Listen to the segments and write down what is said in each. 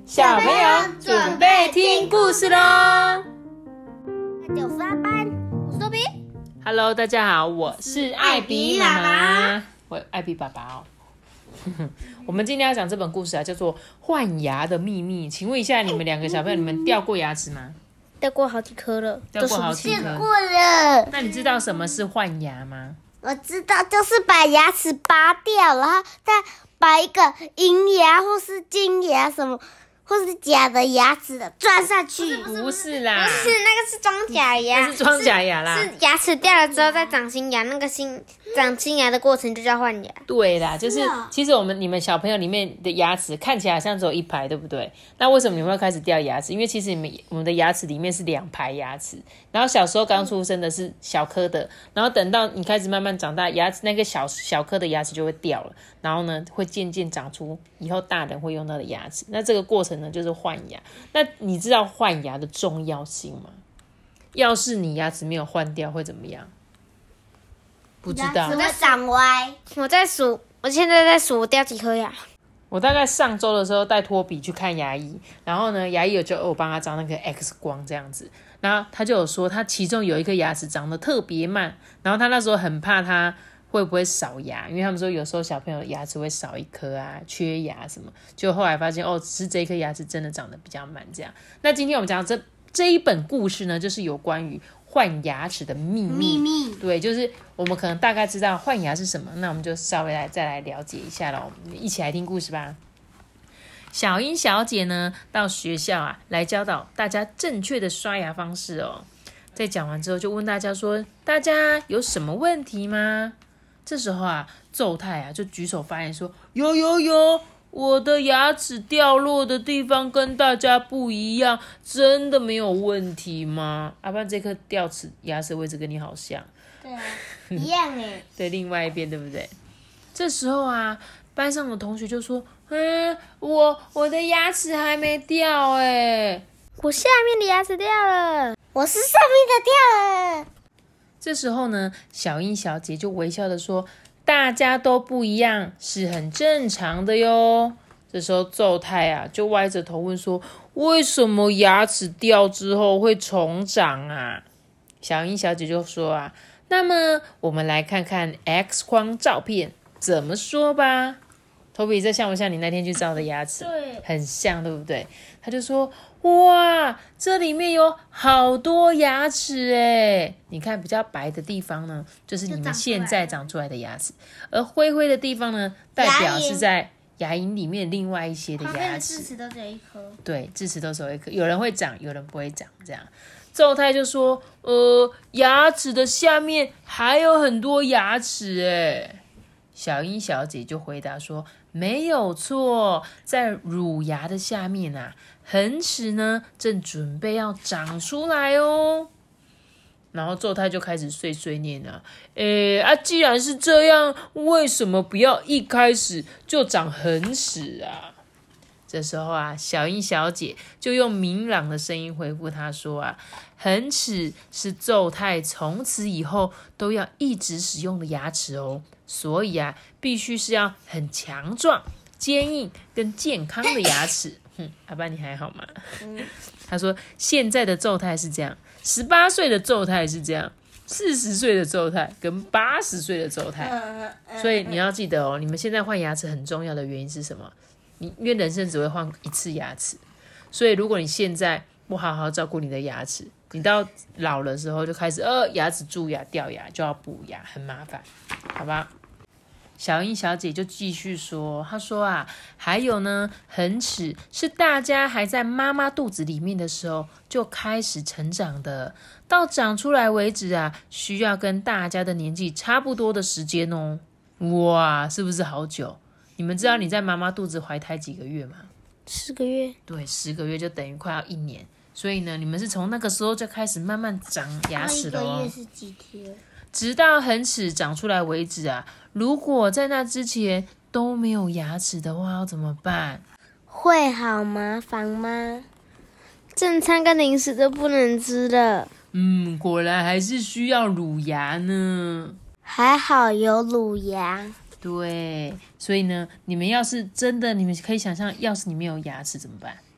小朋友准备听故事咯。 93班，我是豆比。 Hello， 大家好，我是艾比妈妈，我艾比爸爸哦。我们今天要讲这本故事啊，叫做《换牙的秘密》。请问一下，你们两个小朋友，你们掉过牙齿吗？ 掉过好几颗了， 掉过好几颗。 掉过了。 那你知道什么是换牙吗？ 我知道，就是把牙齿拔掉，然后再把一个银牙或是金牙什么，或是假的牙齿的钻上去。 不是啦， 不是，那个是装假牙， 那是装假牙啦。 是牙齿掉了之后再长新牙，那个长新牙的过程就叫换牙。 对啦，就是其实你们小朋友里面的牙齿看起来好像只有一排，对不对？那为什么你们会开始掉牙齿？因为其实我们的牙齿里面是2排牙齿，然后小时候刚出生的是小颗的，然后等到你开始慢慢长大，牙齿那个小颗的牙齿就会掉了，然后呢会渐渐长出以后大人会用到的牙齿。那这个过程呢就是换牙。那你知道换牙的重要性吗？要是你牙齿没有换掉会怎么样？不知道。 我在长歪，我现在在数我掉几颗牙。 我大概上周的时候带托比去看牙医，然后呢，牙医有帮他照那个 X 光这样子，然后他就有说他其中有一颗牙齿长得特别慢，然后他那时候很怕他会不会少牙，因为他们说有时候小朋友牙齿会少一颗啊，缺牙什么，就后来发现只是这一颗牙齿真的长得比较慢这样。那今天我们讲这一本故事呢，就是有关于换牙齿的秘密。对，就是我们可能大概知道换牙是什么，那我们就稍微再来了解一下咯。我们一起来听故事吧。小英小姐呢，到学校啊来教导大家正确的刷牙方式哦。在讲完之后，就问大家说：“大家有什么问题吗？”这时候啊，奏太啊就举手发言说：“有。我的牙齿掉落的地方跟大家不一样，真的没有问题吗？”不然这颗牙齿位置跟你好像。 对啊，一样耶。 对，另外一边对不对？这时候啊，班上的同学就说：“我的牙齿还没掉哎， 我下面的牙齿掉了，我是上面的掉了。” 这时候呢，小英小姐就微笑的说：“大家都不一样，是很正常的哟。”这时候奏太啊就歪着头问说：“为什么牙齿掉之后会重长啊？”小英小姐就说啊：“那么我们来看看 X 光照片怎么说吧。”头比，这像不像你那天去照的牙齿？ 对， 很像，对不对？他就说：“哇，这里面有好多牙齿诶，你看比较白的地方呢，就是你们现在长出来的牙齿，而灰灰的地方呢，代表是在牙龈里面另外一些的牙齿。 智齿都只有一颗。 对，智齿都只有一颗，有人会长，有人不会长，这样。”奏太就说：“牙齿的下面还有很多牙齿诶。”小英小姐就回答说：“没有错，在乳牙的下面啊，恒齿呢正准备要长出来哦。”然后奏太就开始碎碎念了：“既然是这样，为什么不要一开始就长恒齿啊？”这时候啊，小英小姐就用明朗的声音回复他说：“恒齿是奏太从此以后都要一直使用的牙齿哦，所以啊，必须是要很强壮、坚硬跟健康的牙齿。”阿爸你还好吗？他说现在的奏太是这样，18岁的奏太是这样，40岁的奏太跟80岁的奏太。所以你要记得哦，你们现在换牙齿很重要的原因是什么？因为人生只会换一次牙齿，所以如果你现在不好好照顾你的牙齿，你到老的时候就开始牙齿蛀牙掉牙，就要补牙，很麻烦，好吧？小英小姐就继续说，她说还有呢，恒齿是大家还在妈妈肚子里面的时候就开始成长的，到长出来为止需要跟大家的年纪差不多的时间哦。哇，是不是好久？你们知道你在妈妈肚子怀胎几个月吗 ？10个月。 对，10个月就等于快要1年。所以呢，你们是从那个时候就开始慢慢长牙齿的哦。 1个月是几天？ 直到恒齿长出来为止如果在那之前都没有牙齿的话，要怎么办？ 会好麻烦吗？正餐跟零食都不能吃了。 果然还是需要乳牙呢。 还好有乳牙。 对，所以呢，你们要是真的，你们可以想象，要是你没有牙齿怎么办？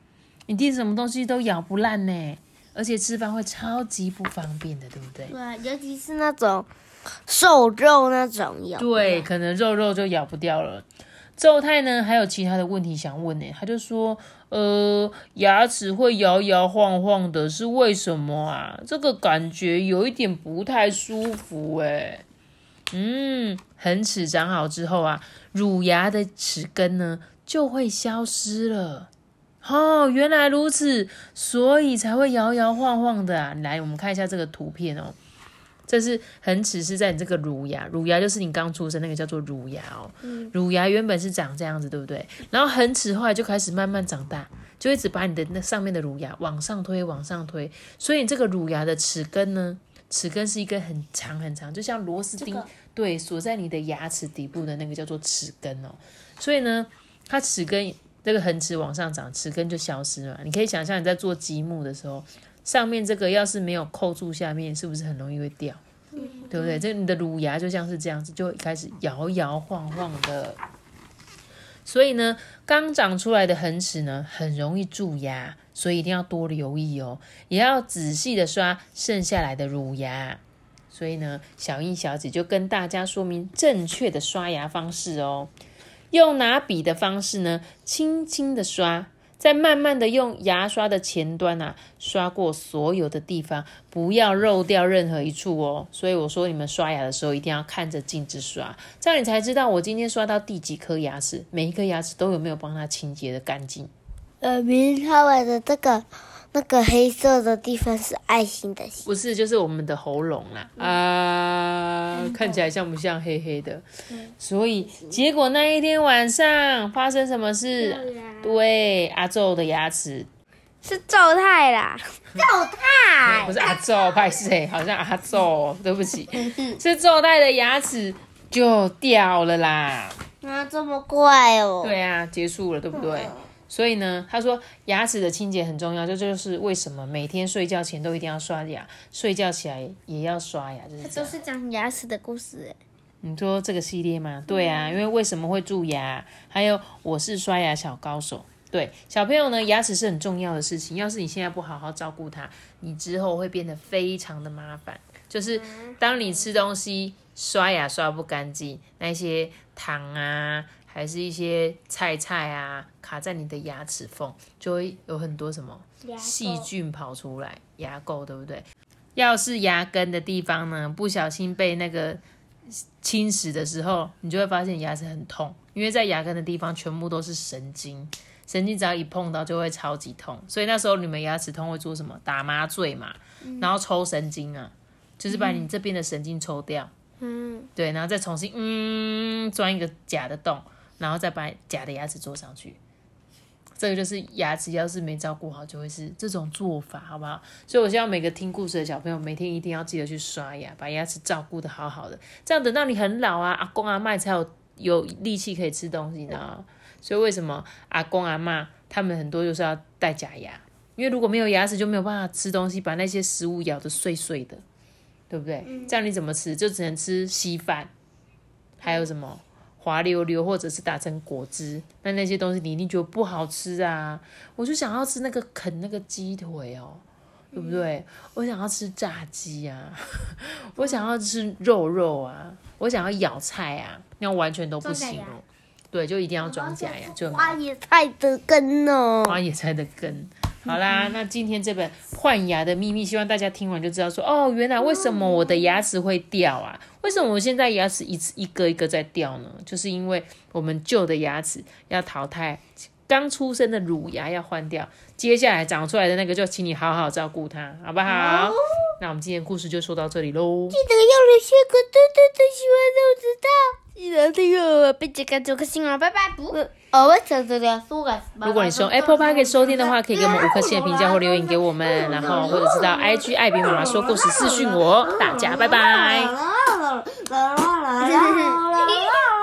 你订什么东西都咬不烂呢，而且吃饭会超级不方便的，对不对？ 对，尤其是那种瘦肉那种咬。 对，可能肉就咬不掉了。周太呢还有其他的问题想问呢，他就说，牙齿会摇摇晃晃的，是为什么啊？这个感觉有一点不太舒服哎。恒齿长好之后啊，乳牙的齿根呢就会消失了。原来如此，所以才会摇摇晃晃的啊。来，我们看一下这个图片哦。这是恒齿是在你这个乳牙，乳牙就是你刚出生那个叫做乳牙哦。乳牙原本是长这样子，对不对？然后恒齿后来就开始慢慢长大，就一直把你的那上面的乳牙往上推，往上推。所以你这个乳牙的齿根呢，齿根是一根很长很长，就像螺丝钉，对，锁在你的牙齿底部的那个叫做齿根哦。所以呢，它齿根这个恒齿往上长，齿根就消失了。你可以想象你在做积木的时候，上面这个要是没有扣住下面，是不是很容易会掉？对不对？这你的乳牙就像是这样子，就会开始摇摇晃晃的。所以呢，刚长出来的恒齿呢，很容易蛀牙，所以一定要多留意哦，也要仔细的刷剩下来的乳牙。所以呢，小英小姐就跟大家说明正确的刷牙方式哦。用拿笔的方式呢，轻轻的刷，再慢慢的用牙刷的前端啊，刷过所有的地方，不要漏掉任何一处哦。所以我说你们刷牙的时候一定要看着镜子刷，这样你才知道我今天刷到第几颗牙齿，每一颗牙齿都有没有帮它清洁的干净。 明他们的这个那个黑色的地方是爱心的心， 不是，就是我们的喉咙啦。看起来像不像黑黑的？所以结果那一天晚上发生什么事？对，阿宙的牙齿是宙太啦，宙太不是阿宙，拍谁？好像阿宙，对不起，是宙太的牙齿就掉了啦。 这么快哦？ 对啊，结束了，对不对？所以呢，他说牙齿的清洁很重要，这就是为什么每天睡觉前都一定要刷牙，睡觉起来也要刷牙，就是这样。 都是讲牙齿的故事哎。 你说这个系列吗？对啊，因为为什么会蛀牙？还有我是刷牙小高手。对，小朋友呢，牙齿是很重要的事情，要是你现在不好好照顾它，你之后会变得非常的麻烦。就是当你吃东西刷牙刷不干净，那些糖啊，还是一些菜啊，卡在你的牙齿缝，就会有很多什么细菌跑出来，牙垢，对不对？要是牙根的地方呢，不小心被那个侵蚀的时候，你就会发现牙齿很痛，因为在牙根的地方全部都是神经，神经只要一碰到就会超级痛，所以那时候你们牙齿痛会做什么？打麻醉嘛，然后抽神经啊，就是把你这边的神经抽掉，对，然后再重新钻一个假的洞，然后再把假的牙齿做上去。这个就是牙齿要是没照顾好，就会是这种做法，好不好？所以我希望每个听故事的小朋友每天一定要记得去刷牙，把牙齿照顾得好好的，这样等到你很老啊，阿公阿嬷才有力气可以吃东西呢。所以为什么阿公阿嬷他们很多就是要戴假牙？因为如果没有牙齿就没有办法吃东西，把那些食物咬得碎碎的，对不对？这样你怎么吃？就只能吃稀饭，还有什么滑溜溜，或者是打成果汁，那些东西你一定觉得不好吃啊！我就想要吃那个啃那个鸡腿哦，对不对？我想要吃炸鸡啊，我想要吃肉啊，我想要咬菜啊，那完全都不行哦。对，就一定要装假牙，就花野菜的根哦， 花野菜的根。好啦，那今天这本换牙的秘密，希望大家听完就知道说，哦，原来为什么我的牙齿会掉啊？为什么我现在牙齿一个一个在掉呢？就是因为我们旧的牙齿要淘汰，刚出生的乳牙要换掉，接下来长出来的那个就请你好好照顾它，好不好？那我们今天的故事就说到这里咯。 记得要留下个嘟嘟的喜欢的我知道。记得订阅我，并且关注个新闻，拜拜。 如果你是用 Apple Podcast 收听的话，可以给我们5颗星的评价或留言给我们，然后或者是到 IG 艾比妈妈说故事私讯我，大家拜拜。